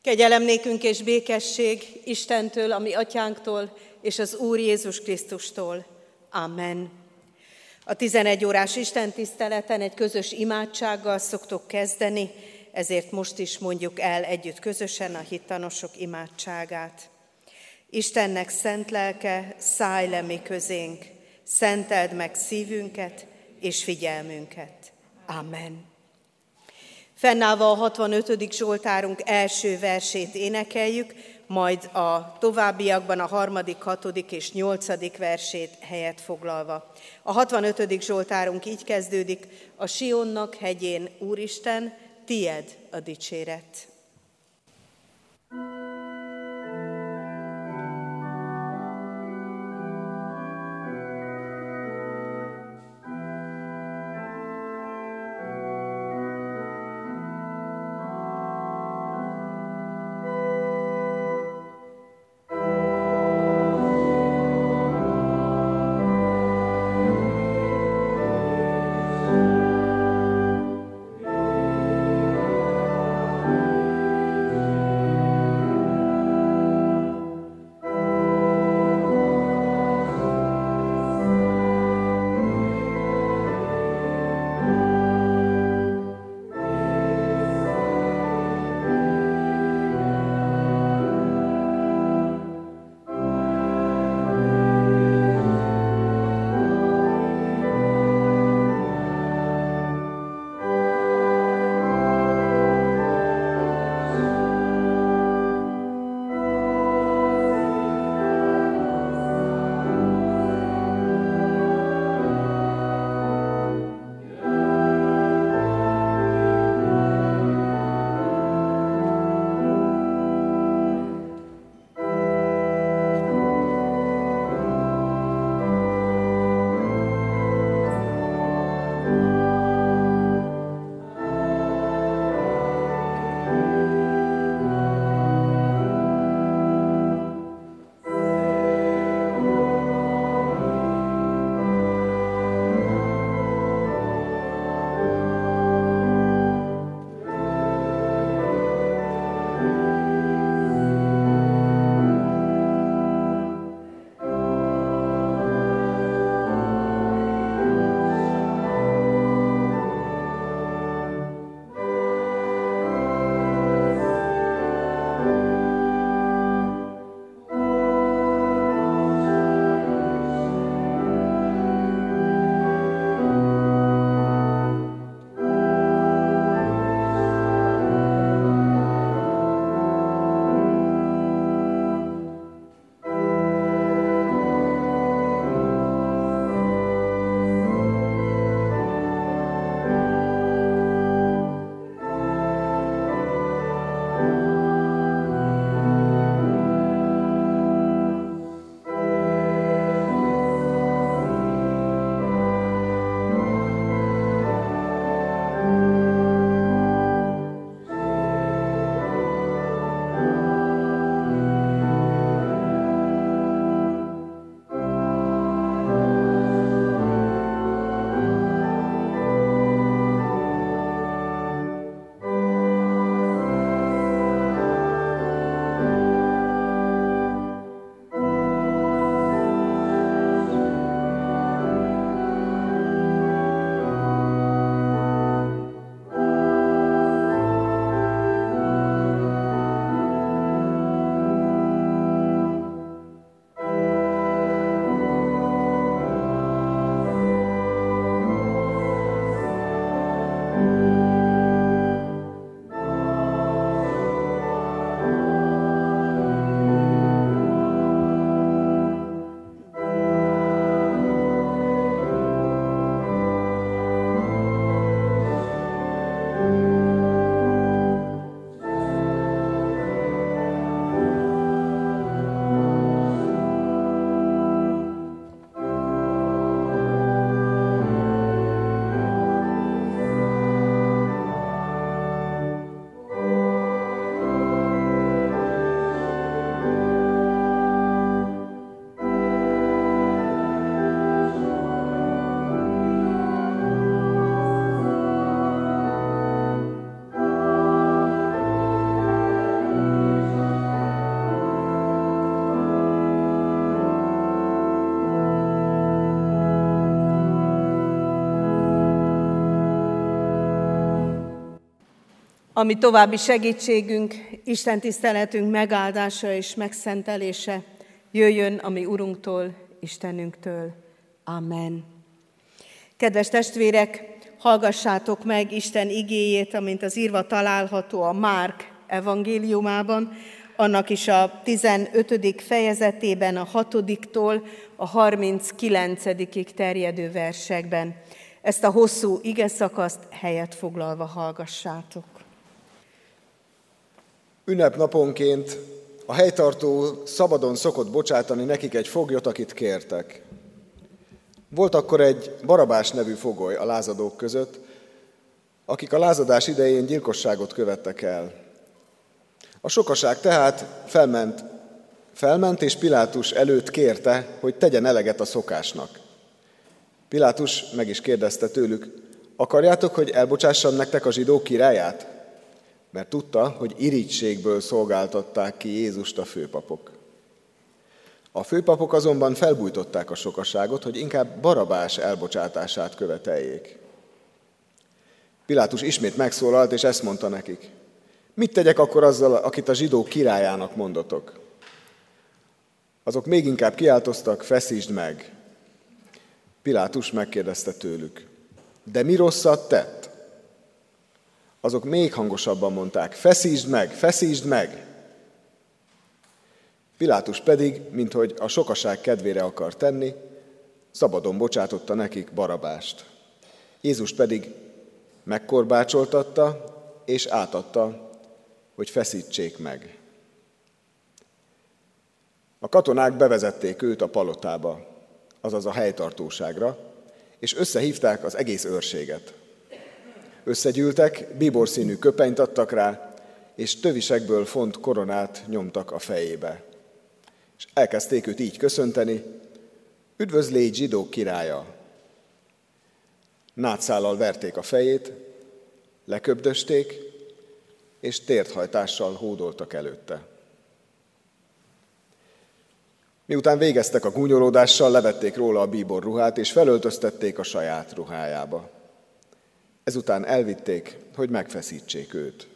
Kegyelem nékünk és békesség Istentől, a mi atyánktól, és az Úr Jézus Krisztustól. Amen. A 11 órás istentiszteleten egy közös imádsággal szoktuk kezdeni, ezért most is mondjuk el együtt közösen a hittanosok imádságát. Istennek szent lelke, szállj le mi közénk, szenteld meg szívünket és figyelmünket. Amen. Fennállva a 65. Zsoltárunk első versét énekeljük, majd a továbbiakban a 3., 6. és 8. versét helyet foglalva. A 65. Zsoltárunk így kezdődik: a Sionnak hegyén, Úristen, tied a dicséret. ami további segítségünk, Isten tiszteletünk megáldása és megszentelése jöjjön a mi Urunktól, Istenünktől. Amen. Kedves testvérek, hallgassátok meg Isten igéjét, amint az írva található a Márk evangéliumában, annak is a 15. fejezetében, a 6-tól a 39. terjedő versekben. Ezt a hosszú igeszakaszt helyet foglalva hallgassátok. Ünnepnaponként a helytartó szabadon szokott bocsátani nekik egy foglyot, akit kértek. Volt akkor egy Barabás nevű fogoly a lázadók között, akik a lázadás idején gyilkosságot követtek el. A sokaság tehát felment és Pilátus előtt kérte, hogy tegyen eleget a szokásnak. Pilátus meg is kérdezte tőlük, akarjátok, hogy elbocsássam nektek a zsidók királyát? Mert tudta, hogy irigységből szolgáltatták ki Jézust a főpapok. A főpapok azonban felbújtották a sokaságot, hogy inkább Barabás elbocsátását követeljék. Pilátus ismét megszólalt, és ezt mondta nekik. Mit tegyek akkor azzal, akit a zsidók királyának mondotok? Azok még inkább kiáltoztak, feszítsd meg. Pilátus megkérdezte tőlük, de mi rosszat tett? Azok még hangosabban mondták, feszítsd meg, feszítsd meg! Pilátus pedig, minthogy a sokaság kedvére akar tenni, szabadon bocsátotta nekik Barabást. Jézus pedig megkorbácsoltatta és átadta, hogy feszítsék meg. A katonák bevezették őt a palotába, azaz a helytartóságra, és összehívták az egész őrséget. Összegyűltek, bíborszínű köpenyt adtak rá, és tövisekből font koronát nyomtak a fejébe. És elkezdték őt így köszönteni, üdvözlégy zsidók királya! Nátszállal verték a fejét, leköbdösték, és térthajtással hódoltak előtte. Miután végeztek a gúnyolódással, levették róla a bíbor ruhát, és felöltöztették a saját ruhájába. Ezután elvitték, hogy megfeszítsék őt.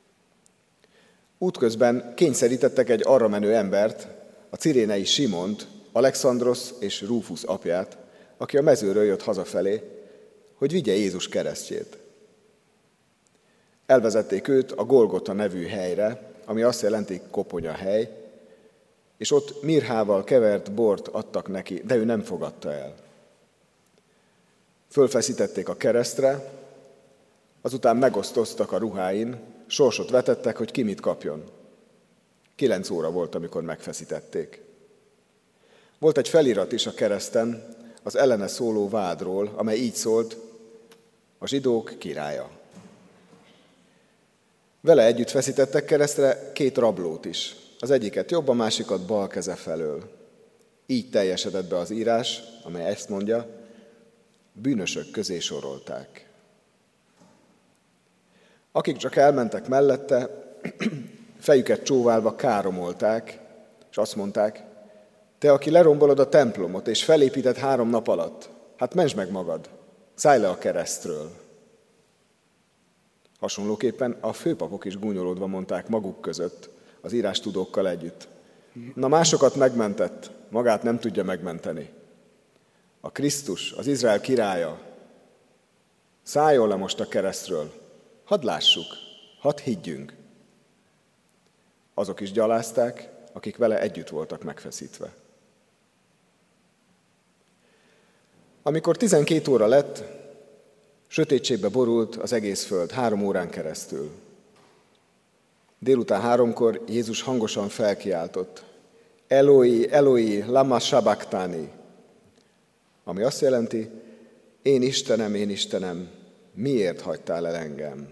Útközben kényszerítettek egy arra menő embert, a cirénei Simont, Alexandrosz és Rúfusz apját, aki a mezőről jött hazafelé, hogy vigye Jézus keresztjét. Elvezették őt a Golgota nevű helyre, ami azt jelenti koponyahely, és ott mirhával kevert bort adtak neki, de ő nem fogadta el. Fölfeszítették a keresztre, azután megosztoztak a ruháin, sorsot vetettek, hogy ki mit kapjon. 9 óra volt, amikor megfeszítették. Volt egy felirat is a kereszten az ellene szóló vádról, amely így szólt, a zsidók királya. Vele együtt feszítettek keresztre 2 rablót is, az egyiket jobb, a másikat bal keze felől. Így teljesedett be az írás, amely ezt mondja, bűnösök közé sorolták. Akik csak elmentek mellette, fejüket csóválva káromolták, és azt mondták, te, aki lerombolod a templomot, és felépíted 3 nap alatt, hát mentsd meg magad, szállj le a keresztről. Hasonlóképpen a főpapok is gúnyolódva mondták maguk között, az írástudókkal együtt. Na, másokat megmentett, magát nem tudja megmenteni. A Krisztus, az Izrael királya, szálljon le most a keresztről, hadd lássuk, hadd higgyünk. Azok is gyalázták, akik vele együtt voltak megfeszítve. Amikor 12 óra lett, sötétségbe borult az egész föld 3 órán keresztül. Délután 3-kor Jézus hangosan felkiáltott, Eloi, Eloi, lama sabachthani, ami azt jelenti, én Istenem, miért hagytál el engem?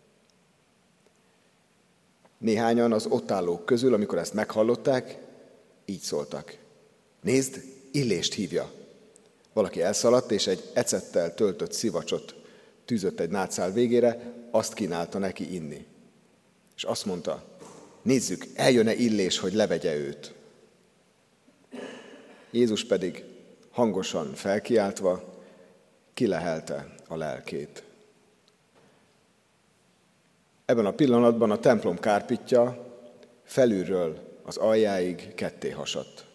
Néhányan az ott állók közül, amikor ezt meghallották, így szóltak. Nézd, Illést hívja. Valaki elszaladt, és egy ecettel töltött szivacsot tűzött egy nátszál végére, azt kínálta neki inni. És azt mondta, nézzük, eljön-e Illés, hogy levegye őt. Jézus pedig hangosan felkiáltva kilehelte a lelkét. Ebben a pillanatban a templom kárpitja felülről az aljáig ketté hasadt.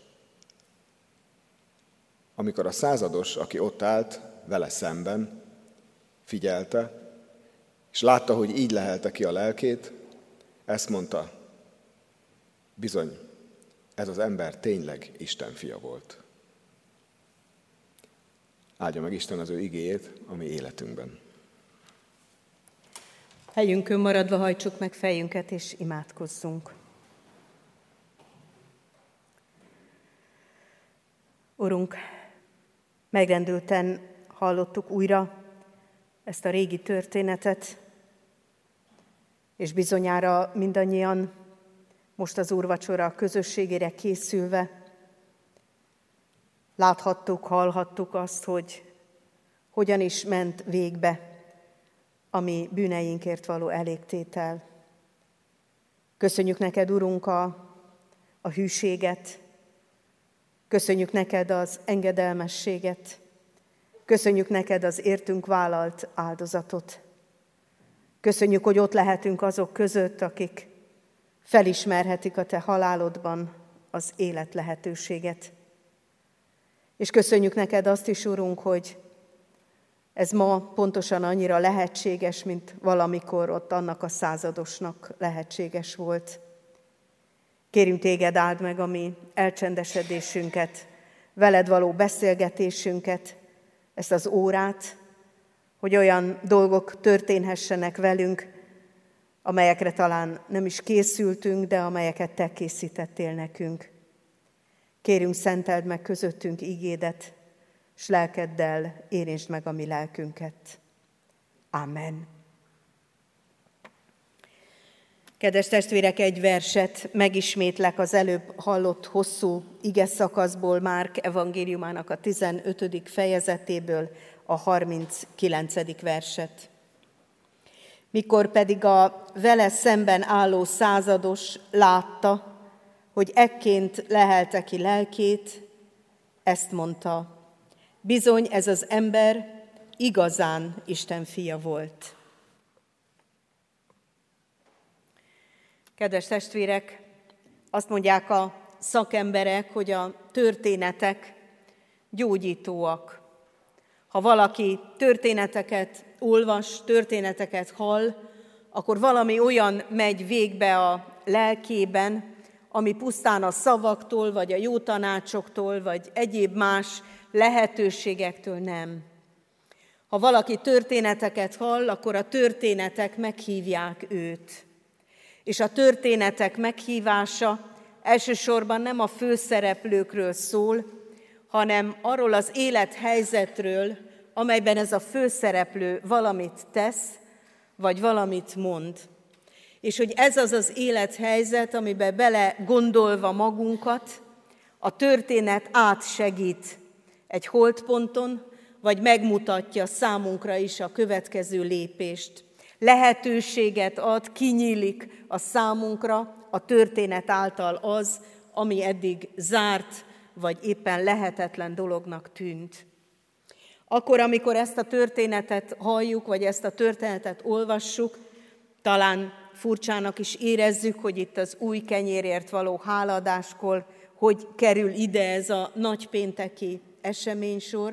Amikor a százados, aki ott állt vele szemben, figyelte, és látta, hogy így lehelte ki a lelkét, ezt mondta: bizony, ez az ember tényleg Isten fia volt. Áldja meg Isten az ő igéjét a mi életünkben. Helyünkön maradva hajtsuk meg fejünket és imádkozzunk. Urunk, megrendülten hallottuk újra ezt a régi történetet, és bizonyára mindannyian most az úrvacsora közösségére készülve láthattuk, hallhattuk azt, hogy hogyan is ment végbe a mi bűneinkért való elégtétel. Köszönjük neked, Urunk, a hűséget, köszönjük neked az engedelmességet, köszönjük neked az értünk vállalt áldozatot. Köszönjük, hogy ott lehetünk azok között, akik felismerhetik a te halálodban az élet lehetőséget. És köszönjük neked azt is, Urunk, hogy ez ma pontosan annyira lehetséges, mint valamikor ott annak a századosnak lehetséges volt. Kérünk téged, áld meg a mi elcsendesedésünket, veled való beszélgetésünket, ezt az órát, hogy olyan dolgok történhessenek velünk, amelyekre talán nem is készültünk, de amelyeket te készítettél nekünk. Kérünk, szenteld meg közöttünk igédet, s lelkeddel érintsd meg a mi lelkünket. Amen. Kedves testvérek, egy verset megismétlek az előbb hallott hosszú igeszakaszból, Márk evangéliumának a 15. fejezetéből, a 39. verset. Mikor pedig a vele szemben álló százados látta, hogy ekként lehelte ki lelkét, ezt mondta: bizony, ez az ember igazán Isten fia volt. Kedves testvérek, azt mondják a szakemberek, hogy a történetek gyógyítóak. Ha valaki történeteket olvas, történeteket hall, akkor valami olyan megy végbe a lelkében, ami pusztán a szavaktól, vagy a jó tanácsoktól, vagy egyéb más lehetőségektől nem. Ha valaki történeteket hall, akkor a történetek meghívják őt. És a történetek meghívása elsősorban nem a főszereplőkről szól, hanem arról az élethelyzetről, amelyben ez a főszereplő valamit tesz, vagy valamit mond. És hogy ez az az élethelyzet, amiben bele gondolva magunkat, a történet átsegít egy holtponton, vagy megmutatja számunkra is a következő lépést. Lehetőséget ad, kinyílik a számunkra a történet által az, ami eddig zárt, vagy éppen lehetetlen dolognak tűnt. Akkor, amikor ezt a történetet halljuk, vagy ezt a történetet olvassuk, talán furcsának is érezzük, hogy itt az új kenyérért való hálaadáskor hogy kerül ide ez a nagypénteki eseménysor.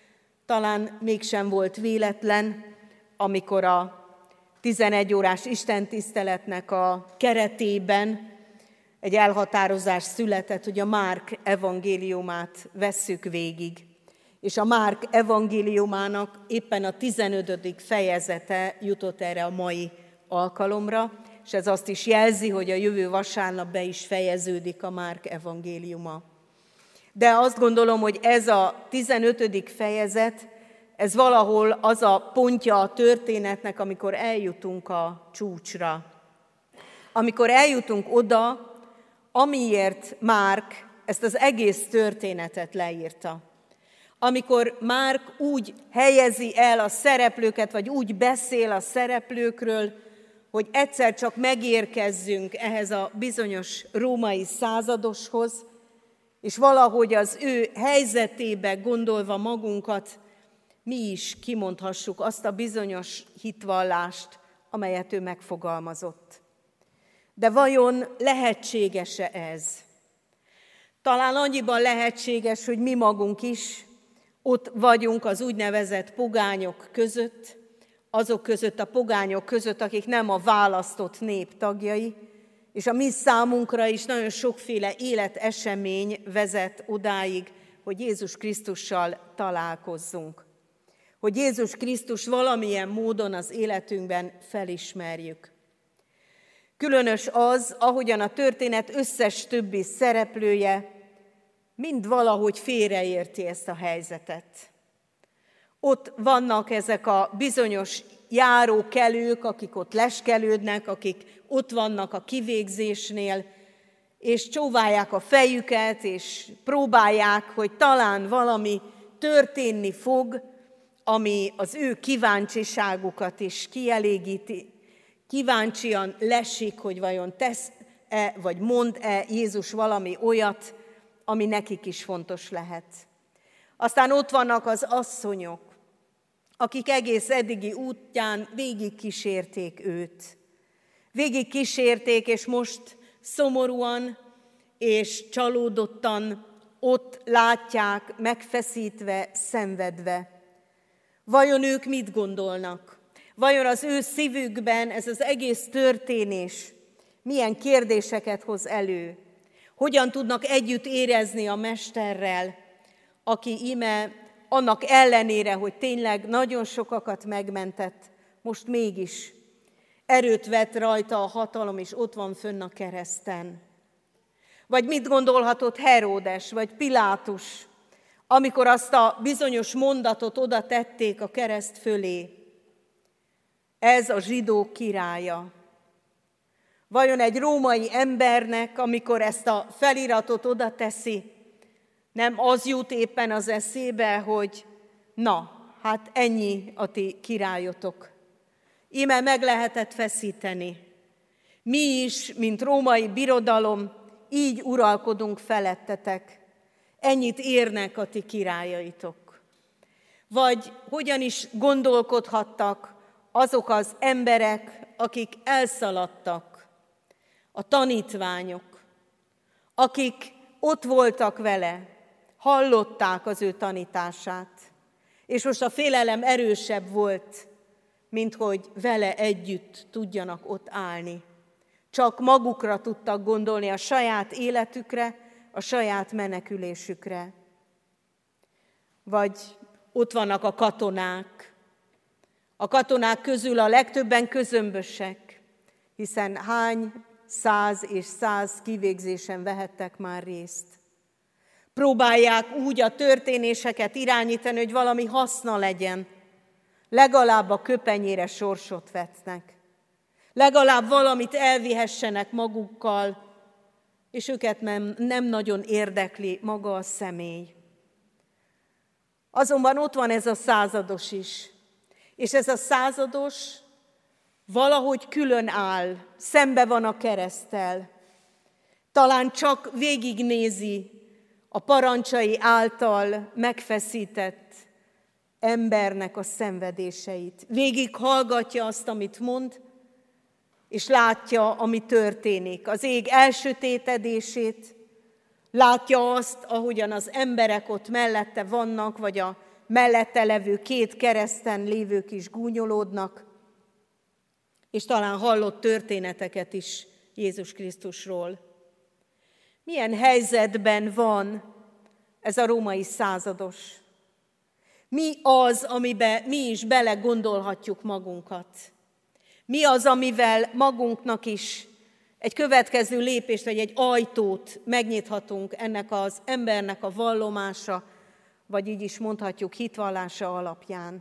Talán mégsem volt véletlen, amikor a 11 órás istentiszteletnek a keretében egy elhatározás született, hogy a Márk evangéliumát vesszük végig. És a Márk evangéliumának éppen a 15. fejezete jutott erre a mai alkalomra, és ez azt is jelzi, hogy a jövő vasárnap be is fejeződik a Márk evangéliuma. De azt gondolom, hogy ez a 15. fejezet, ez valahol az a pontja a történetnek, amikor eljutunk a csúcsra. Amikor eljutunk oda, amiért Márk ezt az egész történetet leírta. Amikor Márk úgy helyezi el a szereplőket, vagy úgy beszél a szereplőkről, hogy egyszer csak megérkezzünk ehhez a bizonyos római századoshoz, és valahogy az ő helyzetébe gondolva magunkat, mi is kimondhassuk azt a bizonyos hitvallást, amelyet ő megfogalmazott. De vajon lehetséges-e ez? Talán annyiban lehetséges, hogy mi magunk is ott vagyunk az úgynevezett pogányok között, azok között a pogányok között, akik nem a választott nép tagjai, és a mi számunkra is nagyon sokféle életesemény vezet odáig, hogy Jézus Krisztussal találkozzunk. Hogy Jézus Krisztus valamilyen módon az életünkben felismerjük. Különös az, ahogyan a történet összes többi szereplője mind valahogy félreérti ezt a helyzetet. Ott vannak ezek a bizonyos járókelők, akik ott leskelődnek, akik ott vannak a kivégzésnél, és csóválják a fejüket, és próbálják, hogy talán valami történni fog, ami az ő kíváncsiságukat is kielégíti. Kíváncsian lesik, hogy vajon tesz-e, vagy mond-e Jézus valami olyat, ami nekik is fontos lehet. Aztán ott vannak az asszonyok, akik egész eddigi útján végigkísérték őt. Végigkísérték, és most szomorúan és csalódottan ott látják, megfeszítve, szenvedve. Vajon ők mit gondolnak? Vajon az ő szívükben ez az egész történés milyen kérdéseket hoz elő? Hogyan tudnak együtt érezni a Mesterrel, aki íme annak ellenére, hogy tényleg nagyon sokakat megmentett, most mégis erőt vett rajta a hatalom, és ott van fönn a kereszten. Vagy mit gondolhatott Heródes, vagy Pilátus, amikor azt a bizonyos mondatot oda tették a kereszt fölé? Ez a zsidók királya. Vajon egy római embernek, amikor ezt a feliratot oda teszi, nem az jut éppen az eszébe, hogy na, hát ennyi a ti királyotok. Íme meg lehetett feszíteni. Mi is, mint római birodalom, így uralkodunk felettetek. Ennyit érnek a ti királyaitok. Vagy hogyan is gondolkodhattak azok az emberek, akik elszaladtak, a tanítványok, akik ott voltak vele, hallották az ő tanítását, és most a félelem erősebb volt, mint hogy vele együtt tudjanak ott állni. Csak magukra tudtak gondolni, a saját életükre, a saját menekülésükre. Vagy ott vannak a katonák. A katonák közül a legtöbben közömbösek, hiszen hány 100 és 100 kivégzésen vehettek már részt. Próbálják úgy a történéseket irányítani, hogy valami haszna legyen. Legalább a köpenyére sorsot vetnek. Legalább valamit elvihessenek magukkal, és őket nem nagyon érdekli maga a személy. Azonban ott van ez a százados is. És ez a százados valahogy külön áll, szembe van a kereszttel. Talán csak végignézi a parancsai által megfeszített embernek a szenvedéseit. Végig hallgatja azt, amit mond, és látja, ami történik. Az ég elsötétedését, látja azt, ahogyan az emberek ott mellette vannak, vagy a mellette levő két kereszten lévők is gúnyolódnak, és talán hallott történeteket is Jézus Krisztusról. Milyen helyzetben van ez a római százados? Mi az, amiben mi is belegondolhatjuk magunkat? Mi az, amivel magunknak is egy következő lépést, vagy egy ajtót megnyithatunk ennek az embernek a vallomása, vagy így is mondhatjuk hitvallása alapján?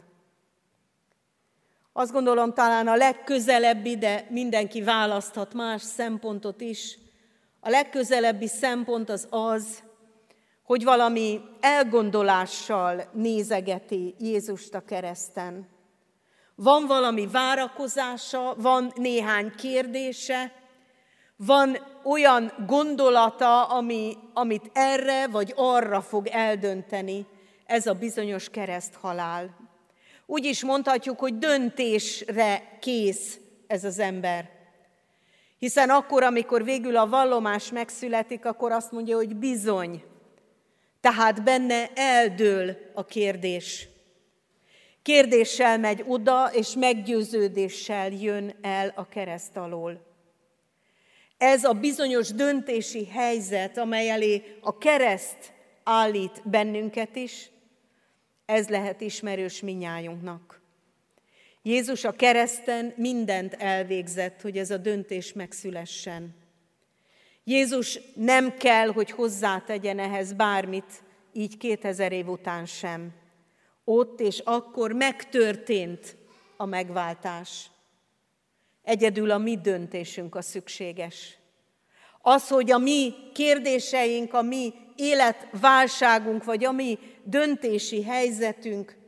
Azt gondolom, talán a legközelebbi, de mindenki választhat más szempontot is. A legközelebbi szempont az, hogy valami elgondolással nézegeti Jézust a kereszten. Van valami várakozása, van néhány kérdése, van olyan gondolata, amit erre vagy arra fog eldönteni ez a bizonyos kereszthalál. Úgy is mondhatjuk, hogy döntésre kész ez az ember. Hiszen akkor, amikor végül a vallomás megszületik, akkor azt mondja, hogy bizony. Tehát benne eldől a kérdés. Kérdéssel megy oda, és meggyőződéssel jön el a kereszt alól. Ez a bizonyos döntési helyzet, amely elé a kereszt állít bennünket is, ez lehet ismerős minnyájunknak. Jézus a kereszten mindent elvégzett, hogy ez a döntés megszülessen. Jézus nem kell, hogy hozzátegyen ehhez bármit, így 2000 év után sem. Ott és akkor megtörtént a megváltás. Egyedül a mi döntésünk a szükséges. Az, hogy a mi kérdéseink, a mi életválságunk, vagy a mi döntési helyzetünk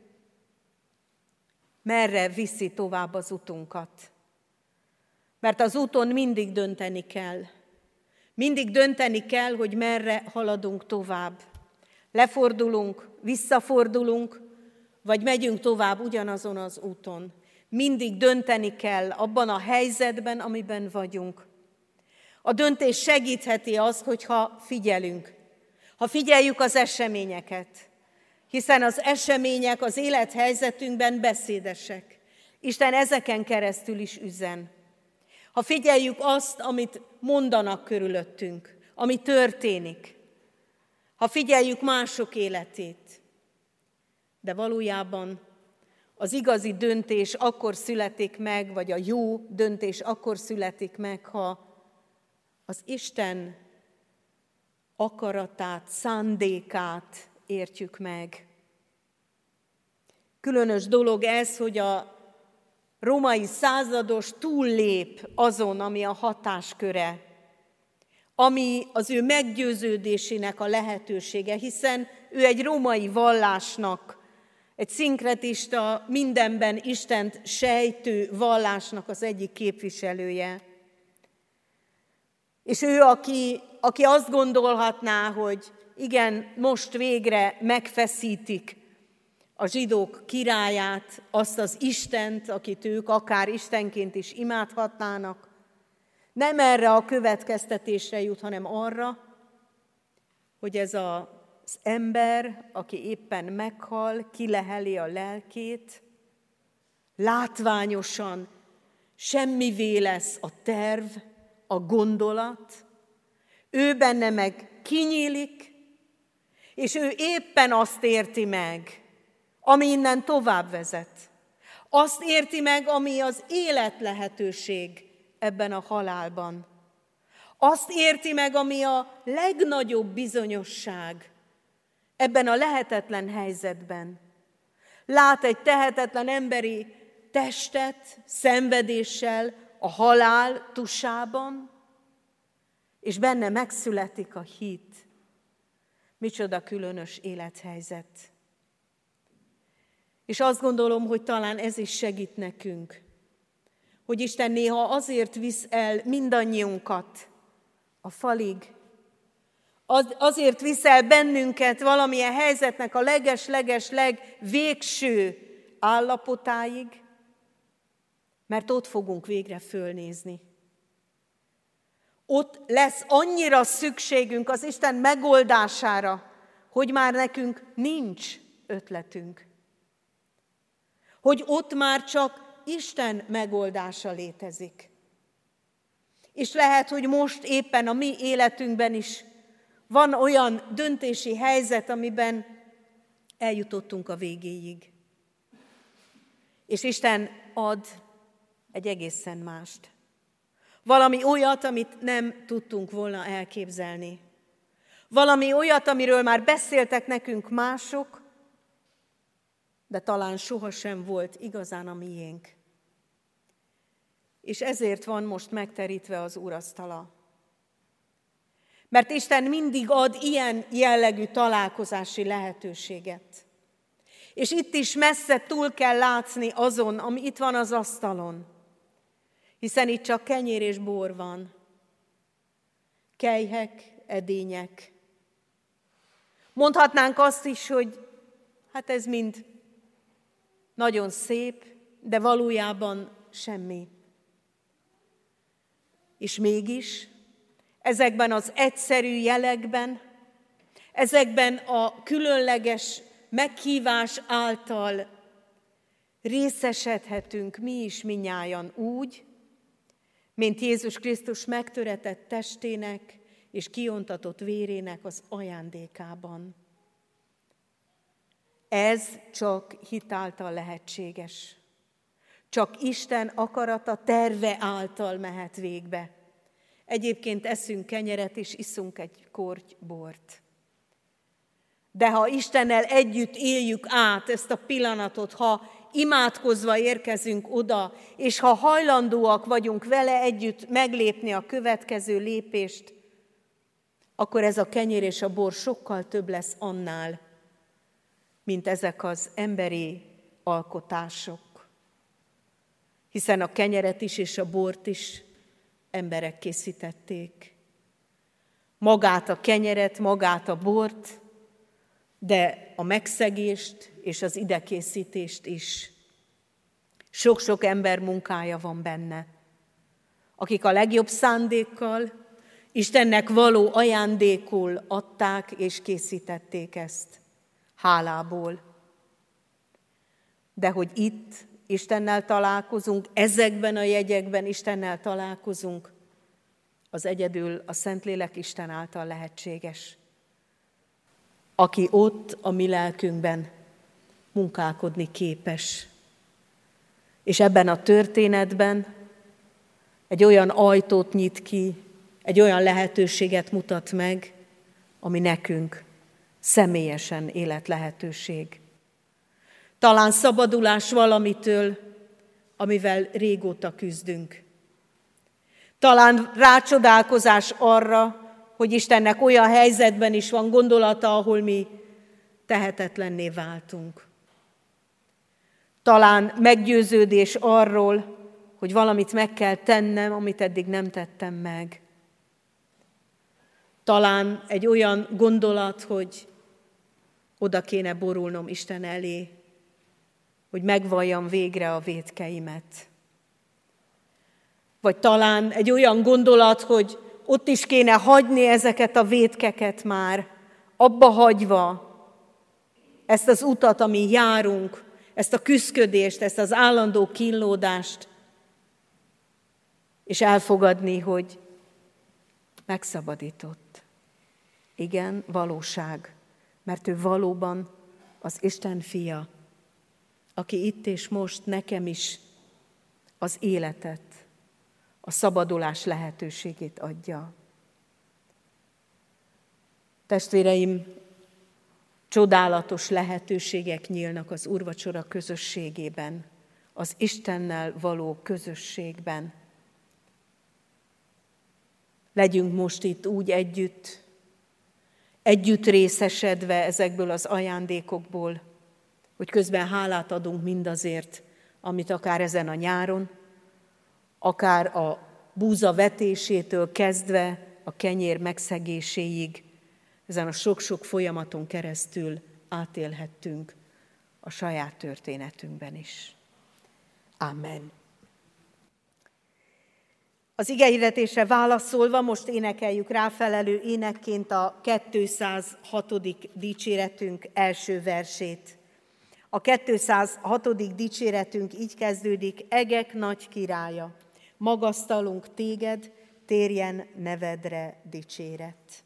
merre viszi tovább az utunkat. Mert az úton mindig dönteni kell. Mindig dönteni kell, hogy merre haladunk tovább. Lefordulunk, visszafordulunk, vagy megyünk tovább ugyanazon az úton. Mindig dönteni kell abban a helyzetben, amiben vagyunk. A döntés segítheti azt, hogyha figyelünk. Ha figyeljük az eseményeket, hiszen az események az élethelyzetünkben beszédesek. Isten ezeken keresztül is üzen. Ha figyeljük azt, amit mondanak körülöttünk, ami történik, ha figyeljük mások életét, de valójában az igazi döntés akkor születik meg, vagy a jó döntés akkor születik meg, ha az Isten akaratát, szándékát értjük meg. Különös dolog ez, hogy a római százados túllép azon, ami a hatásköre, ami az ő meggyőződésének a lehetősége, hiszen ő egy római vallásnak, egy szinkretista, mindenben Istent sejtő vallásnak az egyik képviselője. És ő, aki azt gondolhatná, hogy igen, most végre megfeszítik a zsidók királyát, azt az Istent, akit ők akár istenként is imádhatnának, nem erre a következtetésre jut, hanem arra, hogy ez az ember, aki éppen meghal, kileheli a lelkét, látványosan semmivé lesz a terv, a gondolat, ő benne meg kinyílik, és ő éppen azt érti meg, ami innen tovább vezet. Azt érti meg, ami az élet lehetőség ebben a halálban. Azt érti meg, ami a legnagyobb bizonyosság ebben a lehetetlen helyzetben. Lát egy tehetetlen emberi testet szenvedéssel a halál tusában, és benne megszületik a hit. Micsoda különös élethelyzet. És azt gondolom, hogy talán ez is segít nekünk, hogy Isten néha azért visz el mindannyiunkat a falig, azért visz el bennünket valamilyen helyzetnek a leges-leges legvégső állapotáig, mert ott fogunk végre fölnézni. Ott lesz annyira szükségünk az Isten megoldására, hogy már nekünk nincs ötletünk. Hogy ott már csak Isten megoldása létezik. És lehet, hogy most éppen a mi életünkben is van olyan döntési helyzet, amiben eljutottunk a végéig. És Isten ad egy egészen mást. Valami olyat, amit nem tudtunk volna elképzelni. Valami olyat, amiről már beszéltek nekünk mások, de talán sohasem volt igazán a miénk. És ezért van most megterítve az úrasztala. Mert Isten mindig ad ilyen jellegű találkozási lehetőséget. És itt is messze túl kell látni azon, ami itt van az asztalon. Hiszen itt csak kenyér és bor van. Kelyhek, edények. Mondhatnánk azt is, hogy hát ez mind nagyon szép, de valójában semmi. És mégis ezekben az egyszerű jelekben, ezekben a különleges meghívás által részesedhetünk mi is mindnyájan úgy, mint Jézus Krisztus megtöretett testének és kiontatott vérének az ajándékában. Ez csak hit által lehetséges. Csak Isten akarata, terve által mehet végbe. Egyébként eszünk kenyeret és iszunk egy korty bort. De ha Istennel együtt éljük át ezt a pillanatot, ha imádkozva érkezünk oda, és ha hajlandóak vagyunk vele együtt meglépni a következő lépést, akkor ez a kenyér és a bor sokkal több lesz annál, mint ezek az emberi alkotások. Hiszen a kenyeret is és a bort is emberek készítették. Magát a kenyeret, magát a bort, de a megszegést és az idekészítést is. Sok-sok ember munkája van benne, akik a legjobb szándékkal, Istennek való ajándékul adták és készítették ezt, hálából. De hogy itt Istennel találkozunk, ezekben a jegyekben Istennel találkozunk, az egyedül a Szentlélek Isten által lehetséges, aki ott a mi lelkünkben munkálkodni képes. És ebben a történetben egy olyan ajtót nyit ki, egy olyan lehetőséget mutat meg, ami nekünk személyesen életlehetőség. Talán szabadulás valamitől, amivel régóta küzdünk. Talán rácsodálkozás arra, hogy Istennek olyan helyzetben is van gondolata, ahol mi tehetetlenné váltunk. Talán meggyőződés arról, hogy valamit meg kell tennem, amit eddig nem tettem meg. Talán egy olyan gondolat, hogy oda kéne borulnom Isten elé, hogy megvalljam végre a vétkeimet. Vagy talán egy olyan gondolat, hogy ott is kéne hagyni ezeket a vétkeket már, abba hagyva ezt az utat, ami járunk, ezt a küszködést, ezt az állandó kínlódást, és elfogadni, hogy megszabadított. Igen, valóság, mert ő valóban az Isten fia, aki itt és most nekem is az életet, a szabadulás lehetőségét adja. Testvéreim, csodálatos lehetőségek nyílnak az úrvacsora közösségében, az Istennel való közösségben. Legyünk most itt úgy együtt részesedve ezekből az ajándékokból, hogy közben hálát adunk mindazért, amit akár ezen a nyáron, akár a búza vetésétől kezdve a kenyér megszegéséig, ezen a sok-sok folyamaton keresztül átélhettünk a saját történetünkben is. Amen. Az igehirdetésre válaszolva most énekeljük ráfelelő énekként a 206. dicséretünk első versét. A 206. dicséretünk így kezdődik: Egek nagy királya, magasztalunk téged, térjen nevedre dicséret.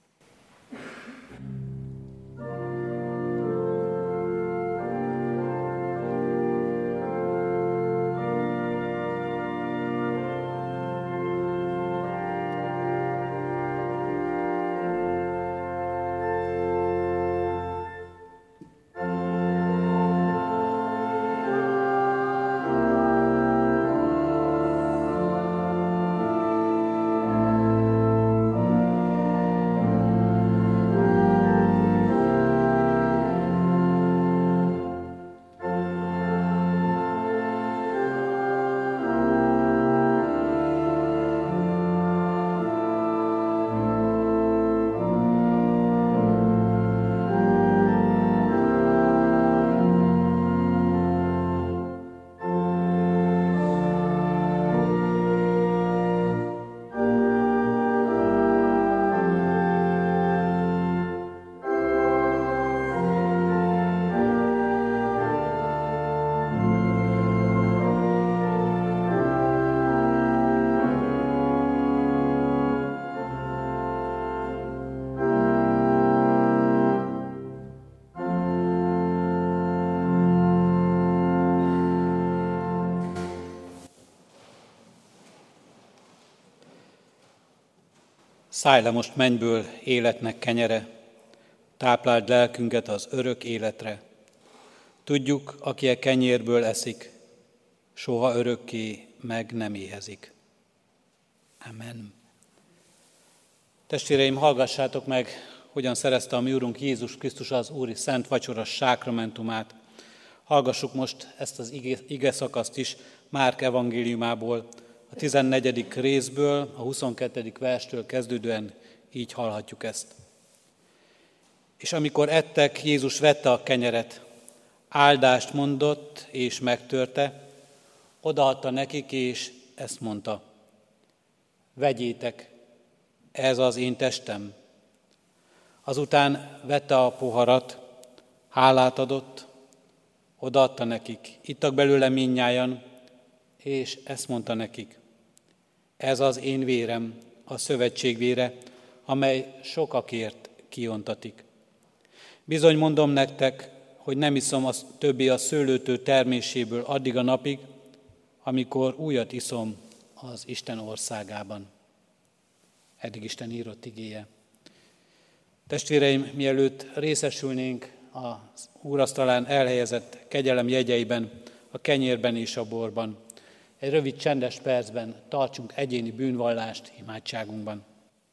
Szállj le most mennyből életnek kenyere, tápláld lelkünket az örök életre. Tudjuk, aki a kenyérből eszik, soha örökké meg nem éhezik. Amen. Testvéreim, hallgassátok meg, hogyan szerezte a mi Urunk Jézus Krisztus az Úri Szent Vacsora sákramentumát. Hallgassuk most ezt az ige szakaszt is Márk evangéliumából, a 14. részből, a 22. verstől kezdődően így hallhatjuk ezt. És amikor ettek, Jézus vette a kenyeret, áldást mondott és megtörte, odaadta nekik, és ezt mondta: vegyétek, ez az én testem. Azután vette a poharat, hálát adott, odaadta nekik, ittak belőle mindnyájan, és ezt mondta nekik: ez az én vérem, a szövetség vére, amely sokakért kiontatik. Bizony mondom nektek, hogy nem iszom többé a szőlőtő terméséből addig a napig, amikor újat iszom az Isten országában. Eddig Isten írott igéje. Testvéreim, mielőtt részesülnénk az úrasztalán elhelyezett kegyelem jegyeiben, a kenyérben és a borban, egy rövid csendes percben tartsunk egyéni bűnvallást imádságunkban.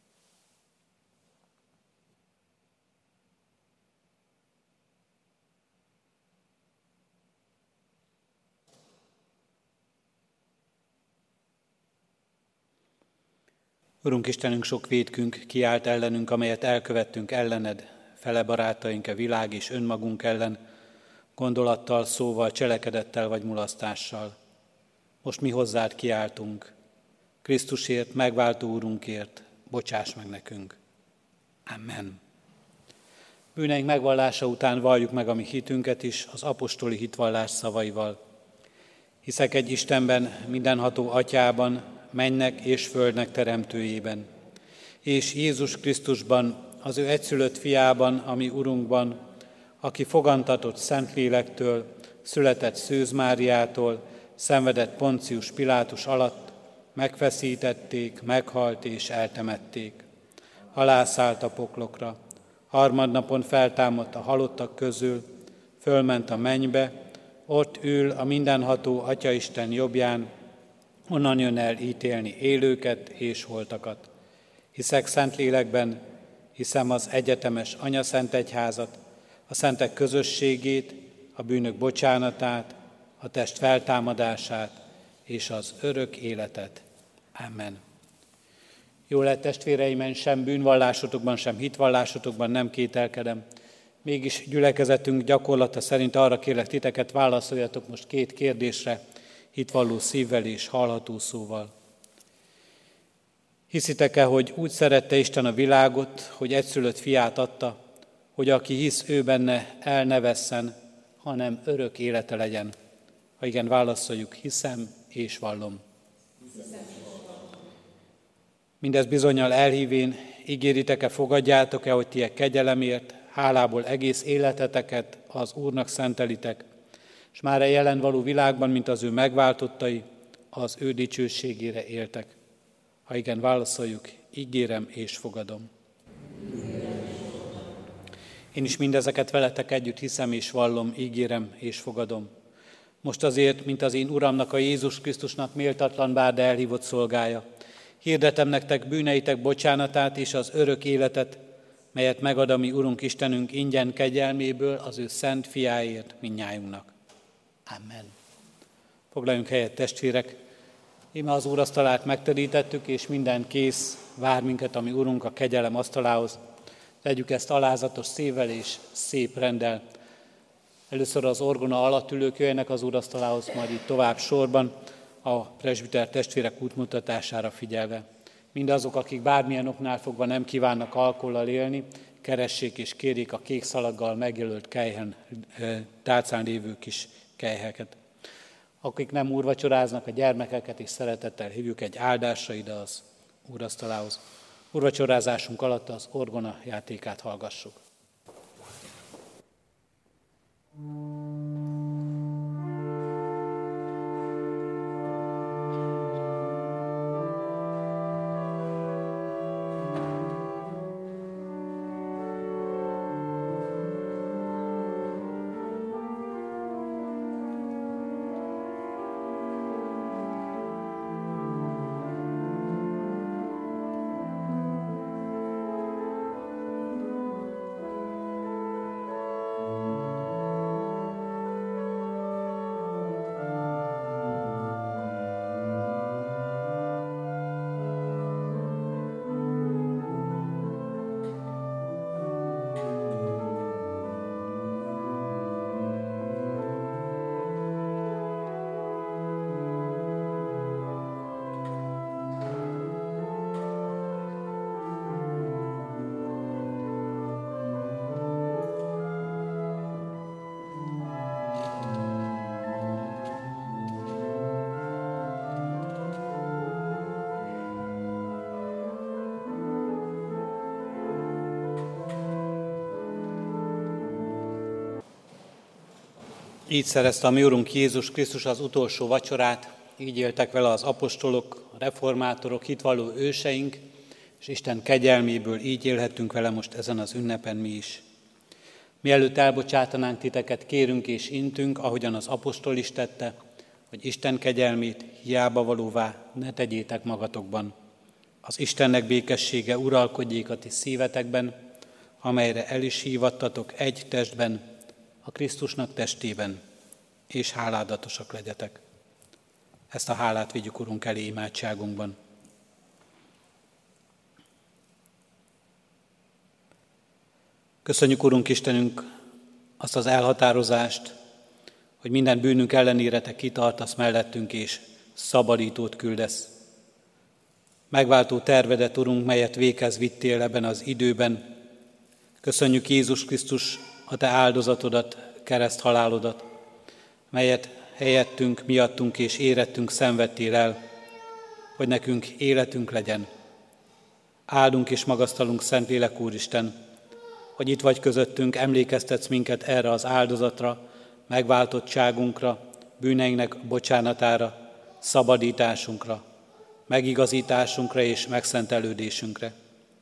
Urunk Istenünk, sok vétkünk kiállt ellenünk, amelyet elkövettünk ellened, fele barátaink a világ és önmagunk ellen, gondolattal, szóval, cselekedettel vagy mulasztással. Most mi hozzád kiáltunk. Krisztusért, megváltó Úrunkért, bocsáss meg nekünk. Amen. Bűneink megvallása után valljuk meg a mi hitünket is az apostoli hitvallás szavaival. Hiszek egy Istenben, mindenható Atyában, mennek és földnek teremtőjében, és Jézus Krisztusban, az ő egyszülött fiában, ami Urunkban, aki fogantatott Szentlélektől, született Szűz Máriától, szenvedett Poncius Pilátus alatt, megfeszítették, meghalt és eltemették. Alászállt a poklokra, harmadnapon feltámadt a halottak közül, fölment a mennybe, ott ül a mindenható Atyaisten jobbján, onnan jön el ítélni élőket és holtakat. Hiszek Szentlélekben, hiszem az egyetemes Anyaszentegyházat, a szentek közösségét, a bűnök bocsánatát, a test feltámadását és az örök életet. Amen. Jó lett, testvéreimen, sem bűnvallásotokban, sem hitvallásotokban nem kételkedem. Mégis gyülekezetünk gyakorlata szerint arra kérlek titeket, válaszoljatok most 2 kérdésre, hitvalló szívvel és hallható szóval. Hiszitek-e, hogy úgy szerette Isten a világot, hogy egyszülött fiát adta, hogy aki hisz ő benne, el ne vesszen, hanem örök élete legyen? Ha igen, válaszoljuk: hiszem és vallom. Mindez bizonnyal elhívén ígéritek-e, fogadjátok-e, hogy ti kegyelemért, hálából egész életeteket az Úrnak szentelitek, és már a jelen való világban, mint az ő megváltottai, az ő dicsőségére éltek? Ha igen, válaszoljuk: ígérem és fogadom. Én is mindezeket veletek együtt hiszem és vallom, ígérem és fogadom. Most azért, mint az én Uramnak, a Jézus Krisztusnak méltatlan, bár de elhívott szolgája, hirdetem nektek bűneitek bocsánatát és az örök életet, melyet megad a mi Urunk Istenünk ingyen kegyelméből az ő szent fiáért mindnyájunknak. Amen. Foglaljunk helyet, testvérek! Íme az úrasztalát megterítettük, és minden kész vár minket, ami Urunk, a kegyelem asztalához. Tegyük ezt alázatos szívvel és szép renddel. Először az orgona alatt ülők jöjjenek az úrasztalához, majd így tovább sorban a presbiter testvérek útmutatására figyelve. Mindazok, akik bármilyen oknál fogva nem kívánnak alkohollal élni, keressék és kérjék a kék szalaggal megjelölt kelyhen, tálcán lévő kis kelyheket. Akik nem úrvacsoráznak, a gyermekeket és szeretettel hívjuk egy áldásra ide az úrasztalához. Úrvacsorázásunk alatt az orgona játékát hallgassuk. Így szerezte a mi Urunk Jézus Krisztus az utolsó vacsorát, így éltek vele az apostolok, a reformátorok, hitvalló őseink, és Isten kegyelméből így élhetünk vele most ezen az ünnepen mi is. Mielőtt elbocsátanánk titeket, kérünk és intünk, ahogyan az apostol is tette, hogy Isten kegyelmét hiába valóvá ne tegyétek magatokban. Az Istennek békessége uralkodjék a ti szívetekben, amelyre el is hívattatok egy testben, a Krisztusnak testében, és háládatosak legyetek. Ezt a hálát vigyük Urunk elé imádságunkban. Köszönjük, Urunk Istenünk, azt az elhatározást, hogy minden bűnünk ellenére Te kitartasz mellettünk, és szabadítót küldesz. Megváltó tervedet, Urunk, melyet véghez vittél ebben az időben. Köszönjük, Jézus Krisztus, a Te áldozatodat, kereszthalálodat, melyet helyettünk, miattunk és érettünk szenvedtél el, hogy nekünk életünk legyen. Áldunk és magasztalunk, Szentlélek Úristen, hogy itt vagy közöttünk, emlékeztetsz minket erre az áldozatra, megváltottságunkra, bűneinknek bocsánatára, szabadításunkra, megigazításunkra és megszentelődésünkre.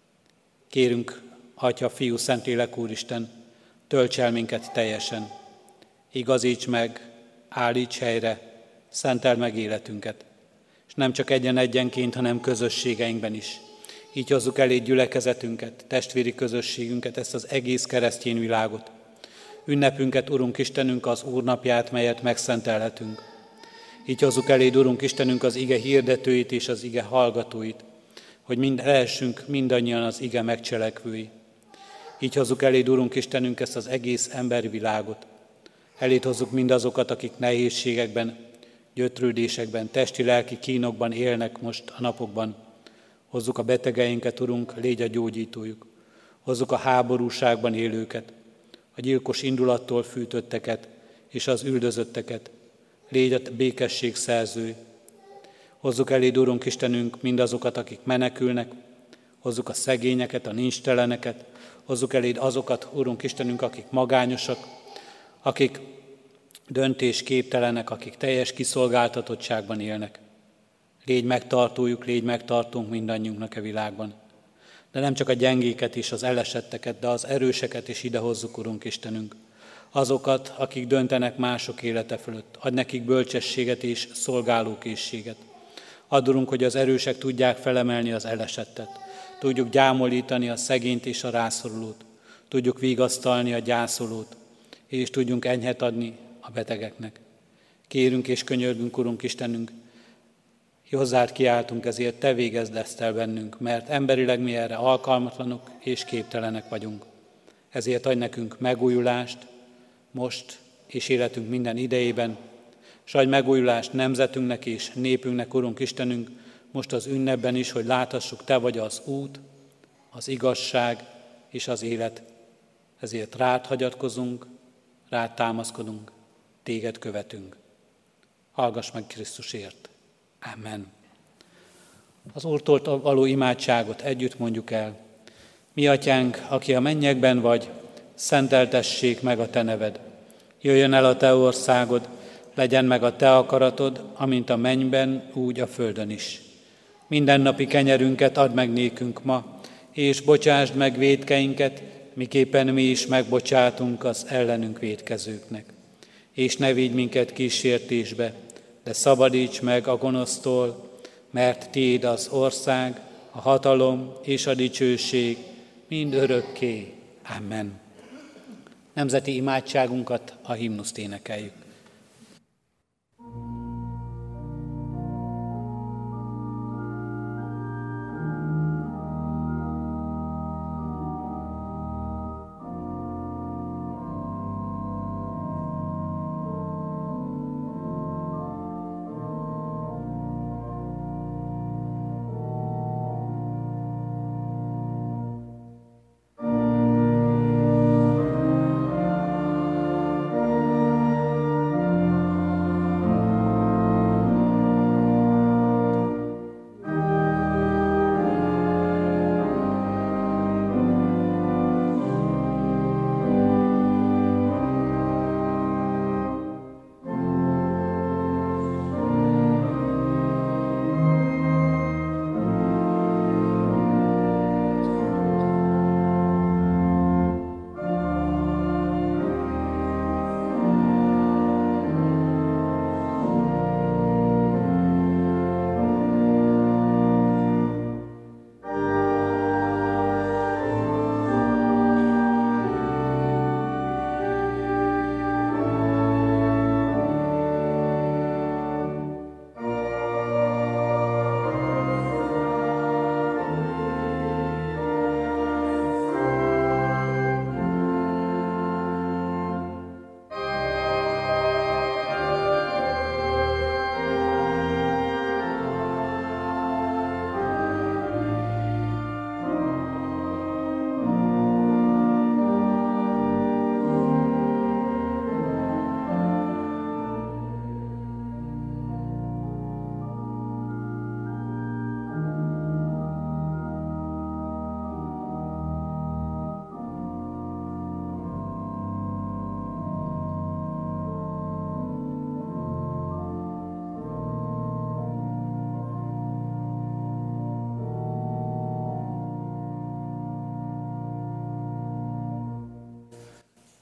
Kérünk, Atya, Fiú, Szentlélek Úristen, tölts el minket teljesen, igazíts meg, állíts helyre, szenteld meg életünket, és nem csak egyenként, hanem közösségeinkben is. Így hozzuk elé gyülekezetünket, testvéri közösségünket, ezt az egész keresztény világot. Ünnepünket, Urunk Istenünk, az Úrnapját, melyet megszentelhetünk. Így hozzuk eléd, Urunk Istenünk, az ige hirdetőit és az ige hallgatóit, hogy lehessünk mindannyian az ige megcselekvői. Így hozzuk eléd, Urunk Istenünk, ezt az egész embervilágot. Eléd hozzuk mindazokat, akik nehézségekben, gyötrődésekben, testi-lelki kínokban élnek most a napokban. Hozzuk a betegeinket, Urunk, légy a gyógyítójuk. Hozzuk a háborúságban élőket, a gyilkos indulattól fűtötteket és az üldözötteket. Légy a békesség szerzői. Hozzuk eléd, Urunk Istenünk, mindazokat, akik menekülnek. Hozzuk a szegényeket, a nincsteleneket. Hozzuk eléd azokat, Urunk Istenünk, akik magányosak, akik döntésképtelenek, akik teljes kiszolgáltatottságban élnek. Légy megtartójuk, légy megtartónk mindannyiunknak a világban. De nem csak a gyengéket és az elesetteket, de az erőseket is idehozzuk, Urunk Istenünk. Azokat, akik döntenek mások élete fölött. Adj nekik bölcsességet és szolgálókészséget. Add, Urunk, hogy az erősek tudják felemelni az elesettet. Tudjuk gyámolítani a szegényt és a rászorulót. Tudjuk vigasztalni a gyászolót, és tudjunk enyhet adni a betegeknek. Kérünk és könyörgünk, Urunk Istenünk, hozzád kiáltunk, ezért Te végezd ezt el bennünk, mert emberileg mi erre alkalmatlanok és képtelenek vagyunk. Ezért adj nekünk megújulást most és életünk minden idejében, s adj megújulást nemzetünknek és népünknek, Urunk Istenünk, most az ünnepben is, hogy láthassuk, Te vagy az út, az igazság és az élet. Ezért rád hagyatkozunk, rád támaszkodunk, Téged követünk. Hallgass meg Krisztusért. Amen. Az Úrtól való imádságot együtt mondjuk el. Mi Atyánk, aki a mennyekben vagy, szenteltessék meg a Te neved. Jöjjön el a Te országod, legyen meg a Te akaratod, amint a mennyben, úgy a földön is. Mindennapi kenyerünket add meg nékünk ma, és bocsásd meg vétkeinket, miképpen mi is megbocsátunk az ellenünk vétkezőknek. És ne vigy minket kísértésbe, de szabadíts meg a gonosztól, mert Tiéd az ország, a hatalom és a dicsőség mind örökké. Amen. Nemzeti imádságunkat, a himnuszt énekeljük.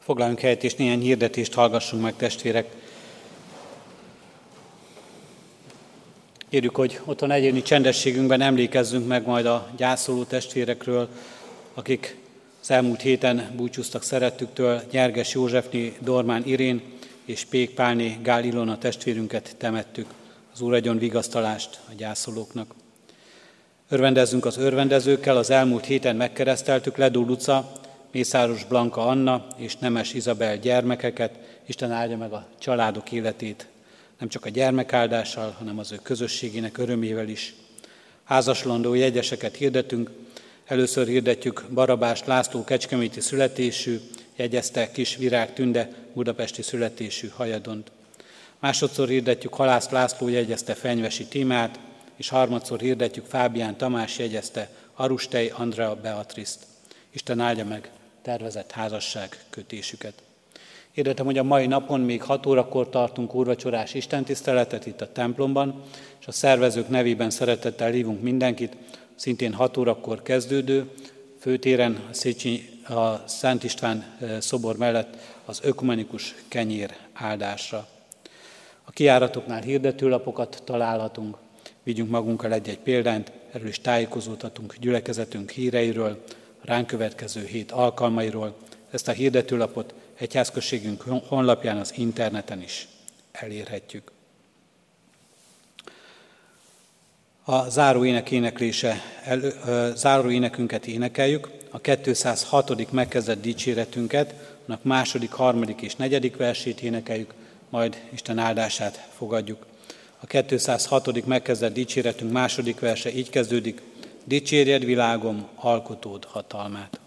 Foglaljunk helyet, és néhány hirdetést hallgassunk meg, testvérek. Kérjük, hogy otthon egyéni csendességünkben emlékezzünk meg majd a gyászoló testvérekről, akik az elmúlt héten búcsúztak szerettüktől, Nyerges Józsefné, Dormán Irén és Pék Pálné Gál Ilona testvérünket temettük. Az Úr adjon vigasztalást a gyászolóknak. Örvendezzünk az örvendezőkkel, az elmúlt héten megkereszteltük Ledó Luca, Mészáros Blanka Anna és Nemes Izabel gyermekeket. Isten áldja meg a családok életét, nem csak a gyermekáldással, hanem az ő közösségének örömével is. Házaslandó jegyeseket hirdetünk. Először hirdetjük Barabás László kecskeméti születésű, jegyezte Kis Virág Tünde budapesti születésű Hajadont. Másodszor hirdetjük Halász László, jegyezte Fenyvesi Tímát, és harmadszor hirdetjük Fábián Tamás, jegyezte Arustei Andrea Beatriszt. Isten áldja meg tervezett házasság kötésüket. Hirdetem, hogy a mai napon még 6 órakor tartunk úrvacsorás istentiszteletet itt a templomban, és a szervezők nevében szeretettel hívunk mindenkit, szintén 6 órakor kezdődő, főtéren a Szent István szobor mellett az ökumenikus kenyér áldásra. A kijáratoknál hirdetőlapokat találhatunk, vigyünk magunkkal egy-egy példányt, erről is tájékozódhatunk gyülekezetünk híreiről, a ránk következő hét alkalmairól. Ezt a hirdetőlapot egyházközségünk honlapján, az interneten is elérhetjük. A záró énekünket énekeljük, a 206. megkezdett dicséretünket, annak 2., 3. és 4. versét énekeljük, majd Isten áldását fogadjuk. A 206. megkezdett dicséretünk 2. verse így kezdődik: Dicsérjed világom, alkotód hatalmát.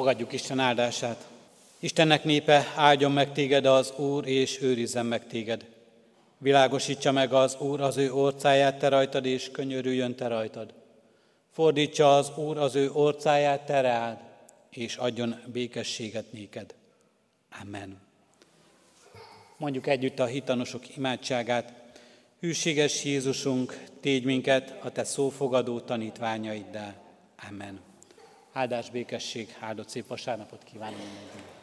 Fogadjuk Isten áldását. Istennek népe, áldjon meg téged az Úr, és őrizzen meg téged. Világosítsa meg az Úr az ő orcáját te rajtad, és könyörüljön te rajtad. Fordítsa az Úr az ő orcáját te reád, és adjon békességet néked. Amen. Mondjuk együtt a hitanosok imádságát. Hűséges Jézusunk, tégy minket a te szófogadó tanítványaiddá. Amen. Áldás, békesség, áldott szép vasárnapot kívánunk mindenkinek.